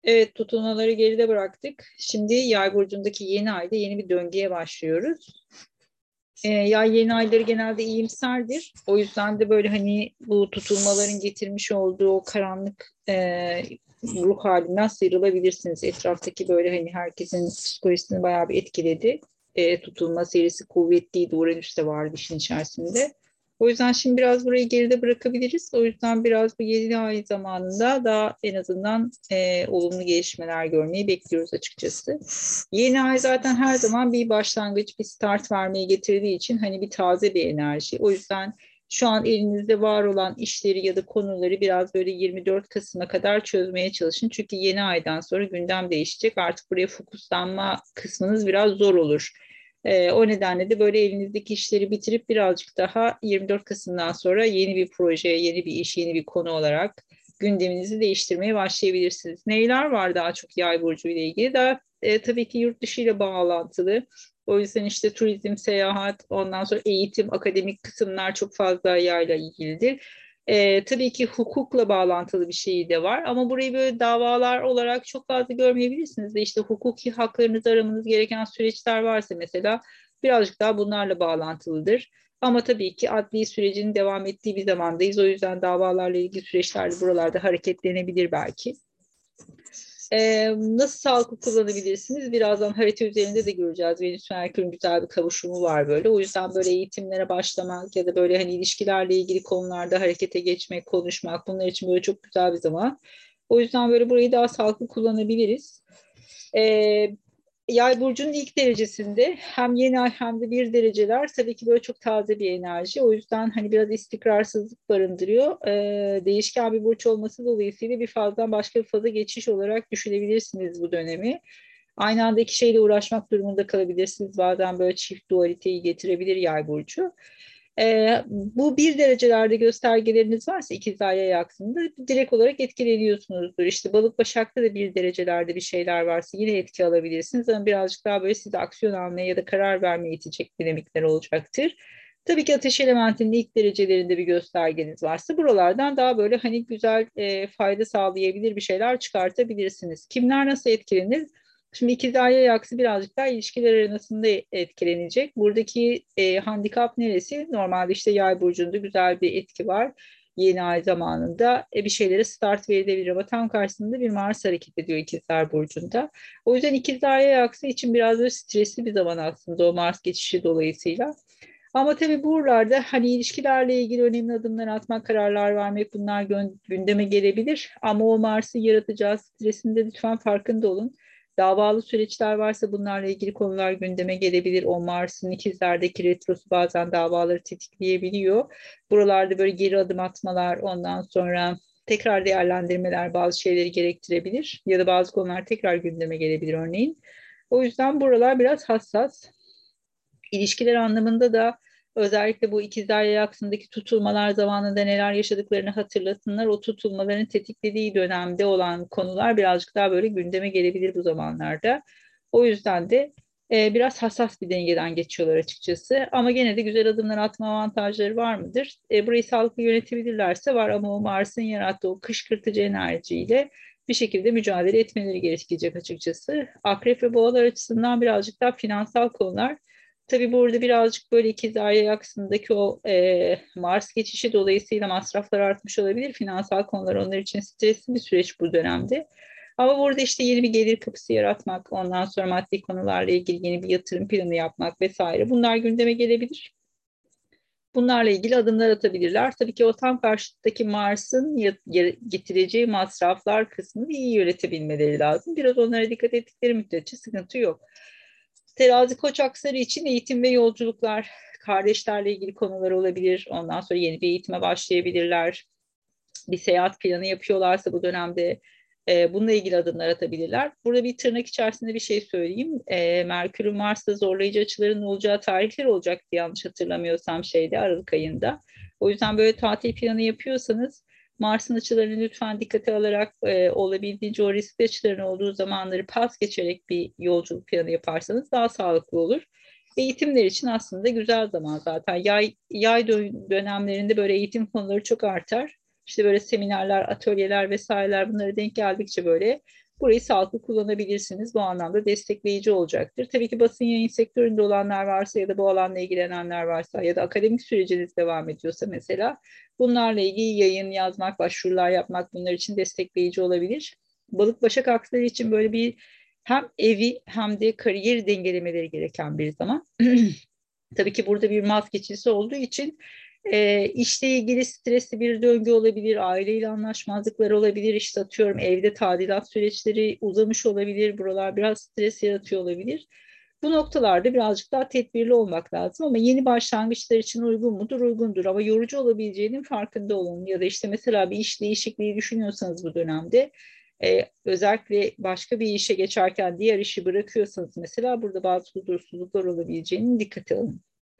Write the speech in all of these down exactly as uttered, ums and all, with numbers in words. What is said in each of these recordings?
Evet, tutulmaları geride bıraktık. Şimdi Yay burcundaki yeni ayda yeni bir döngüye başlıyoruz. Ee, yay yeni ayları genelde iyimserdir. O yüzden de böyle hani bu tutulmaların getirmiş olduğu o karanlık e, ruh halinden sıyrılabilirsiniz. Etraftaki böyle hani herkesin psikolojisini bayağı bir etkiledi. E, tutulma serisi kuvvetliydi. Uranüs de vardı işin içerisinde. O yüzden şimdi biraz burayı geride bırakabiliriz. O yüzden biraz bu yedi ay zamanında daha en azından e, olumlu gelişmeler görmeyi bekliyoruz açıkçası. Yeni ay zaten her zaman bir başlangıç, bir start vermeyi getirdiği için hani bir taze bir enerji. O yüzden şu an elinizde var olan işleri ya da konuları biraz böyle yirmi dört Kasım'a kadar çözmeye çalışın. Çünkü yeni aydan sonra gündem değişecek. Artık buraya fokuslanma kısmınız biraz zor olur. Ee, o nedenle de böyle elinizdeki işleri bitirip birazcık daha yirmi dört Kasım'dan sonra yeni bir proje, yeni bir iş, yeni bir konu olarak gündeminizi değiştirmeye başlayabilirsiniz. Neyler var daha çok yay burcu ile ilgili? Daha e, tabii ki yurt dışı ile bağlantılı. O yüzden işte turizm, seyahat, ondan sonra eğitim, akademik kısımlar çok fazla yayla ilgilidir. E, tabii ki hukukla bağlantılı bir şey de var ama burayı böyle davalar olarak çok fazla görmeyebilirsiniz de işte hukuki haklarınızı aramanız gereken süreçler varsa mesela birazcık daha bunlarla bağlantılıdır. Ama tabii ki adli sürecin devam ettiği bir zamandayız. O yüzden davalarla ilgili süreçler de buralarda hareketlenebilir belki. Ee, nasıl sağlıklı kullanabilirsiniz? Birazdan harita üzerinde de göreceğiz. Venüs Merkür'ün güzel bir kavuşumu var böyle. O yüzden böyle eğitimlere başlamak ya da böyle hani ilişkilerle ilgili konularda harekete geçmek, konuşmak bunlar için böyle çok güzel bir zaman. O yüzden böyle burayı daha sağlıklı kullanabiliriz. Ee, Yay burcunun ilk derecesinde hem yeni ay hem de bir dereceler tabii ki böyle çok taze bir enerji. O yüzden hani biraz istikrarsızlık barındırıyor. Ee, değişken bir burç olması dolayısıyla bir fazdan başka bir faza geçiş olarak düşünebilirsiniz bu dönemi. Aynı anda iki şeyle uğraşmak durumunda kalabilirsiniz. Bazen böyle çift dualiteyi getirebilir yay burcu. Ee, bu bir derecelerde göstergeleriniz varsa ikizler yay aksında direkt olarak etkileniyorsunuzdur. İşte balık başakta da bir derecelerde bir şeyler varsa yine etki alabilirsiniz ama birazcık daha böyle size aksiyon almaya ya da karar vermeye itecek dinamikler olacaktır. Tabii ki ateş elementinin ilk derecelerinde bir göstergeniz varsa buralardan daha böyle hani güzel e, fayda sağlayabilir bir şeyler çıkartabilirsiniz. Kimler nasıl etkilenir? Şimdi ikizler yay aksi birazcık daha ilişkiler arasında etkilenecek. Buradaki e, handikap neresi? Normalde işte yay burcunda güzel bir etki var. Yeni ay zamanında e, bir şeylere start verilebilir ama tam karşısında bir Mars hareket ediyor ikizler burcunda. O yüzden ikizler yay aksi için biraz da stresli bir zaman aslında o Mars geçişi dolayısıyla. Ama tabii buralarda hani ilişkilerle ilgili önemli adımlar atmak, kararlar vermek bunlar gön- gündeme gelebilir. Ama o Mars'ın yaratacağı stresin de lütfen farkında olun. Davalı süreçler varsa bunlarla ilgili konular gündeme gelebilir. O Mars'ın ikizlerdeki retrosu bazen davaları tetikleyebiliyor. Buralarda böyle geri adım atmalar, ondan sonra tekrar değerlendirmeler bazı şeyleri gerektirebilir. Ya da bazı konular tekrar gündeme gelebilir örneğin. O yüzden buralar biraz hassas. İlişkiler anlamında da özellikle bu ikizler yay aksındaki tutulmalar zamanında neler yaşadıklarını hatırlasınlar. O tutulmaların tetiklediği dönemde olan konular birazcık daha böyle gündeme gelebilir bu zamanlarda. O yüzden de e, biraz hassas bir dengeden geçiyorlar açıkçası. Ama gene de güzel adımlar atma avantajları var mıdır? E, burayı sağlıklı yönetebilirlerse var ama o Mars'ın yarattığı o kışkırtıcı enerjiyle bir şekilde mücadele etmeleri gerekecek açıkçası. Akrep ve boğalar açısından birazcık daha finansal konular. Tabii burada birazcık böyle ikizler yay aksındaki o e, Mars geçişi dolayısıyla masraflar artmış olabilir. Finansal konular onlar için stresli bir süreç bu dönemde. Ama burada işte yeni bir gelir kapısı yaratmak, ondan sonra maddi konularla ilgili yeni bir yatırım planı yapmak vesaire bunlar gündeme gelebilir. Bunlarla ilgili adımlar atabilirler. Tabii ki o tam karşıdaki Mars'ın ya- ya- getireceği masraflar kısmını iyi yönetebilmeleri lazım. Biraz onlara dikkat ettikleri müddetçe sıkıntı yok. Terazi koç aksları için eğitim ve yolculuklar, kardeşlerle ilgili konular olabilir. Ondan sonra yeni bir eğitime başlayabilirler. Bir seyahat planı yapıyorlarsa bu dönemde e, bununla ilgili adımlar atabilirler. Burada bir tırnak içerisinde bir şey söyleyeyim. E, Merkür'ün Mars'ta zorlayıcı açıların olacağı tarihler olacaktı yanlış hatırlamıyorsam şeyde Aralık ayında. O yüzden böyle tatil planı yapıyorsanız Mars'ın açılarını lütfen dikkate alarak e, olabildiğince o riskli açıların olduğu zamanları pas geçerek bir yolculuk planı yaparsanız daha sağlıklı olur. Eğitimler için aslında güzel zaman zaten. Yay, yay dönemlerinde böyle eğitim konuları çok artar. İşte böyle seminerler, atölyeler vesaireler bunlara denk geldikçe böyle Burayı sağlıklı kullanabilirsiniz. Bu anlamda destekleyici olacaktır. Tabii ki basın yayın sektöründe olanlar varsa ya da bu alanla ilgilenenler varsa ya da akademik süreciniz devam ediyorsa mesela bunlarla ilgili yayın yazmak, başvurular yapmak bunlar için destekleyici olabilir. Balık Başak aksları için böyle bir hem evi hem de kariyeri dengelemeleri gereken bir zaman. Tabii ki burada bir vazgeçilisi olduğu için e, işle ilgili stresli bir döngü olabilir, aileyle anlaşmazlıklar olabilir, işte atıyorum evde tadilat süreçleri uzamış olabilir, buralar biraz stres yaratıyor olabilir. Bu noktalarda birazcık daha tedbirli olmak lazım ama yeni başlangıçlar için uygun mudur? Uygundur ama yorucu olabileceğinin farkında olun. Ya da işte mesela bir iş değişikliği düşünüyorsanız bu dönemde e, özellikle başka bir işe geçerken diğer işi bırakıyorsanız mesela burada bazı huzursuzluklar olabileceğini dikkate alın.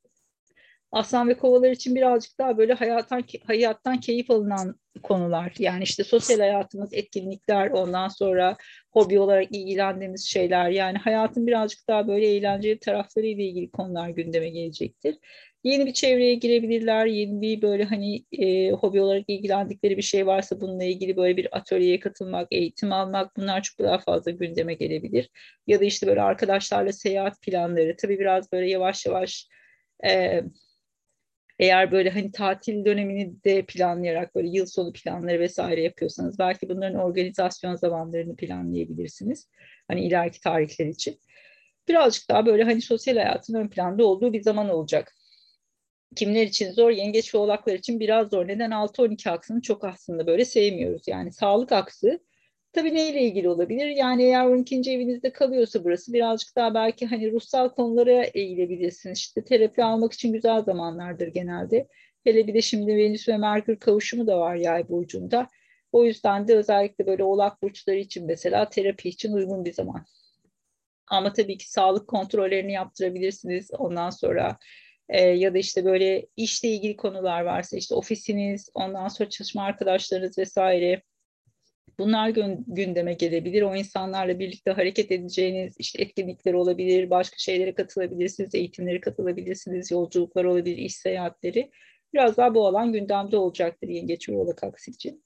Aslan ve kovalar için birazcık daha böyle hayattan hayattan keyif alınan konular. Yani işte sosyal hayatımız, etkinlikler, ondan sonra hobi olarak ilgilendiğimiz şeyler. Yani hayatın birazcık daha böyle eğlenceli tarafları ile ilgili konular gündeme gelecektir. Yeni bir çevreye girebilirler. Yeni bir böyle hani e, hobi olarak ilgilendikleri bir şey varsa bununla ilgili böyle bir atölyeye katılmak, eğitim almak bunlar çok daha fazla gündeme gelebilir. Ya da işte böyle arkadaşlarla seyahat planları. Tabii biraz böyle yavaş yavaş e, eğer böyle hani tatil dönemini de planlayarak böyle yıl sonu planları vesaire yapıyorsanız belki bunların organizasyon zamanlarını planlayabilirsiniz. Hani ileriki tarihler için. Birazcık daha böyle hani sosyal hayatın ön planda olduğu bir zaman olacak. Kimler için zor? Yengeç ve oğlaklar için biraz zor. Neden? altı on iki aksını çok aslında böyle sevmiyoruz. Yani sağlık aksı tabii neyle ilgili olabilir? Yani eğer on ikinci evinizde kalıyorsa burası birazcık daha belki hani ruhsal konulara eğilebilirsiniz. İşte terapi almak için güzel zamanlardır genelde. Hele bir de şimdi Venüs ve Merkür kavuşumu da var Yay burcunda. O yüzden de özellikle böyle oğlak burçları için mesela terapi için uygun bir zaman. Ama tabii ki sağlık kontrollerini yaptırabilirsiniz. Ondan sonra e, ya da işte böyle işle ilgili konular varsa işte ofisiniz, ondan sonra çalışma arkadaşlarınız vesaire. Bunlar gün, gündeme gelebilir. O insanlarla birlikte hareket edeceğiniz işte etkinlikler olabilir, başka şeylere katılabilirsiniz, eğitimlere katılabilirsiniz, yolculuklar olabilir, iş seyahatleri. Biraz daha bu alan gündemde olacaktır Yengeç ve Oğlak Aksi için.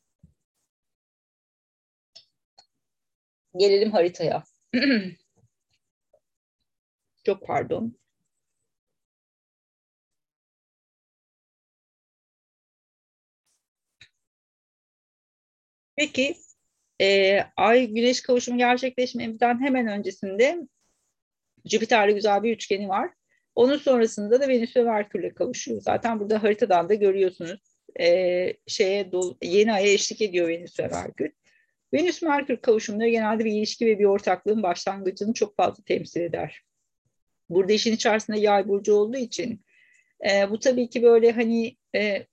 Gelelim haritaya. Çok pardon. Peki e, Ay Güneş kavuşumu gerçekleşmemizden hemen öncesinde Jüpiter'le güzel bir üçgeni var. Onun sonrasında da Venüs ve Merkür'le kavuşuyor. Zaten burada haritadan da görüyorsunuz. E, şeye dolu, yeni aya eşlik ediyor Venüs ve Merkür. Venüs Merkür kavuşumları genelde bir ilişki ve bir ortaklığın başlangıcını çok fazla temsil eder. Burada işin içerisinde Yay burcu olduğu için e, bu tabii ki böyle hani e,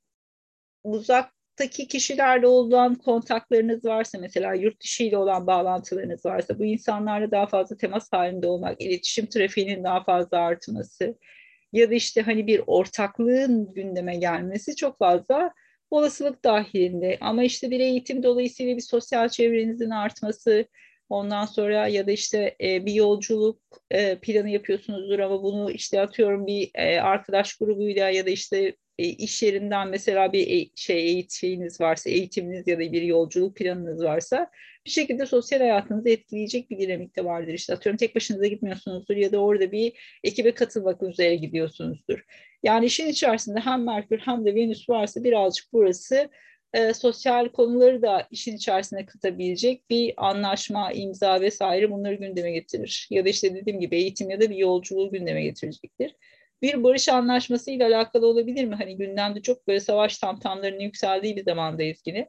uzaktaki kişilerle olan kontaklarınız varsa mesela yurt dışı ile olan bağlantılarınız varsa bu insanlarla daha fazla temas halinde olmak, iletişim trafiğinin daha fazla artması ya da işte hani bir ortaklığın gündeme gelmesi çok fazla olasılık dahilinde. Ama işte bir eğitim dolayısıyla bir sosyal çevrenizin artması, ondan sonra ya da işte e, bir yolculuk e, planı yapıyorsunuzdur ama bunu işte atıyorum bir e, arkadaş grubuyla ya da işte e, iş yerinden mesela bir e- şey eğitiminiz varsa, eğitiminiz ya da bir yolculuk planınız varsa bir şekilde sosyal hayatınızı etkileyecek bir dinamik de vardır. İşte atıyorum tek başınıza gitmiyorsunuzdur ya da orada bir ekibe katılmak üzere gidiyorsunuzdur. Yani işin içerisinde hem Merkür hem de Venüs varsa birazcık burası e, sosyal konuları da işin içerisine katabilecek bir anlaşma, imza vesaire bunları gündeme getirir. Ya da işte dediğim gibi eğitim ya da bir yolculuğu gündeme getirecektir. Bir barış anlaşması ile alakalı olabilir mi? Hani gündemde çok böyle savaş tamtamlarının yükseldiği bir zamandayız yine.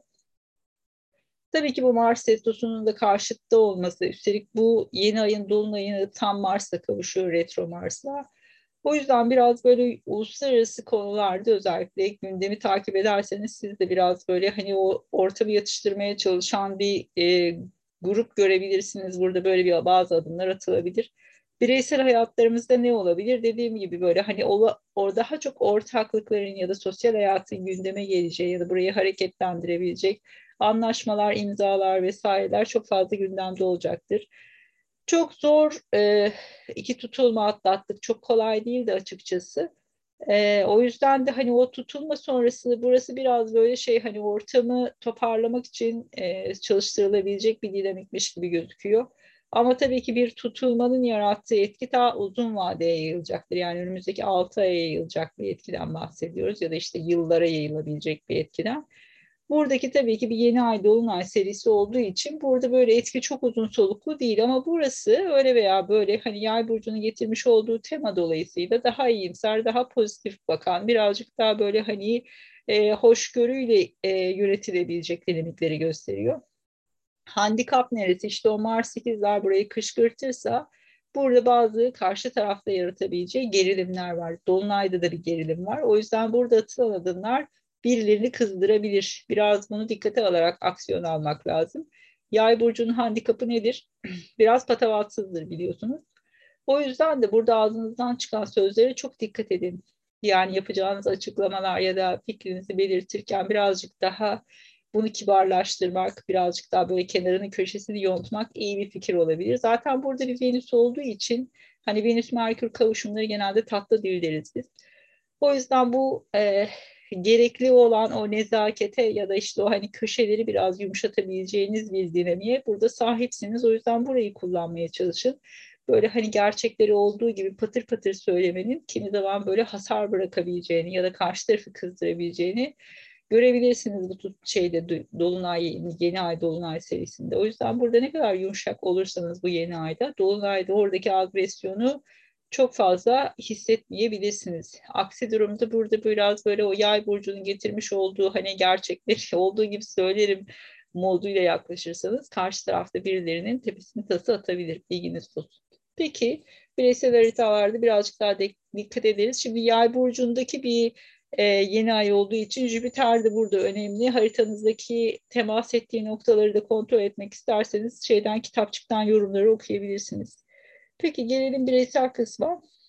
Tabii ki bu Mars retrosunun da karşıtta olması, üstelik bu yeni ayın dolunayını tam Mars'la kavuşuyor, retro Mars'la. O yüzden biraz böyle uluslararası konularda özellikle gündemi takip ederseniz siz de biraz böyle hani o ortamı yatıştırmaya çalışan bir e, grup görebilirsiniz. Burada böyle bir bazı adımlar atılabilir. Bireysel hayatlarımızda ne olabilir? Dediğim gibi böyle hani o, o daha çok ortaklıkların ya da sosyal hayatın gündeme geleceği ya da burayı hareketlendirebilecek anlaşmalar, imzalar vesaireler çok fazla gündemde olacaktır. Çok zor e, iki tutulma atlattık. Çok kolay değildi açıkçası. Ee, o yüzden de hani o tutulma sonrası burası biraz böyle şey, hani ortamı toparlamak için e, çalıştırılabilecek bir dinamikmiş gibi gözüküyor. Ama tabii ki bir tutulmanın yarattığı etki daha uzun vadeye yayılacaktır. Yani önümüzdeki altı aya yayılacak bir etkiden bahsediyoruz ya da işte yıllara yayılabilecek bir etkiden. Buradaki tabii ki bir yeni ay dolunay serisi olduğu için burada böyle etki çok uzun soluklu değil, ama burası öyle veya böyle hani yay burcunun getirmiş olduğu tema dolayısıyla daha iyimser, daha pozitif bakan, birazcık daha böyle hani e, hoşgörüyle e, yönetilebilecek dinamikleri gösteriyor. Handikap neresi? İşte o Mars ikizler burayı kışkırtırsa burada bazı karşı tarafta yaratabileceği gerilimler var. Dolunayda da bir gerilim var. O yüzden burada atılan adımlar birilerini kızdırabilir. Biraz bunu dikkate alarak aksiyon almak lazım. Yay burcunun handikapı nedir? Biraz patavatsızdır biliyorsunuz. O yüzden de burada ağzınızdan çıkan sözlere çok dikkat edin. Yani yapacağınız açıklamalar ya da fikrinizi belirtirken birazcık daha bunu kibarlaştırmak, birazcık daha böyle kenarını köşesini yontmak iyi bir fikir olabilir. Zaten burada bir Venüs olduğu için hani Venüs-Merkür kavuşumları genelde tatlı dil deriz biz. O yüzden bu e, gerekli olan o nezakete ya da işte o hani köşeleri biraz yumuşatabileceğiniz bir dinamiğe burada sahipsiniz. O yüzden burayı kullanmaya çalışın. Böyle hani gerçekleri olduğu gibi patır patır söylemenin kimi zaman böyle hasar bırakabileceğini ya da karşı tarafı kızdırabileceğini görebilirsiniz bu tut- şeyde Dolunay, yeni ay Dolunay serisinde. O yüzden burada ne kadar yumuşak olursanız bu yeni ayda Dolunay'da oradaki agresyonu çok fazla hissetmeyebilirsiniz. Aksi durumda burada biraz böyle o yay burcunun getirmiş olduğu hani gerçekleri olduğu gibi söylerim moduyla yaklaşırsanız karşı tarafta birilerinin tepesini tası atabilir. Bilginiz olsun. Peki bireysel haritalarda birazcık daha de, dikkat ederiz. Şimdi yay burcundaki bir e, yeni ay olduğu için Jüpiter de burada önemli. Haritanızdaki temas ettiği noktaları da kontrol etmek isterseniz şeyden, kitapçıktan yorumları okuyabilirsiniz. Peki gelelim bireysel kısma.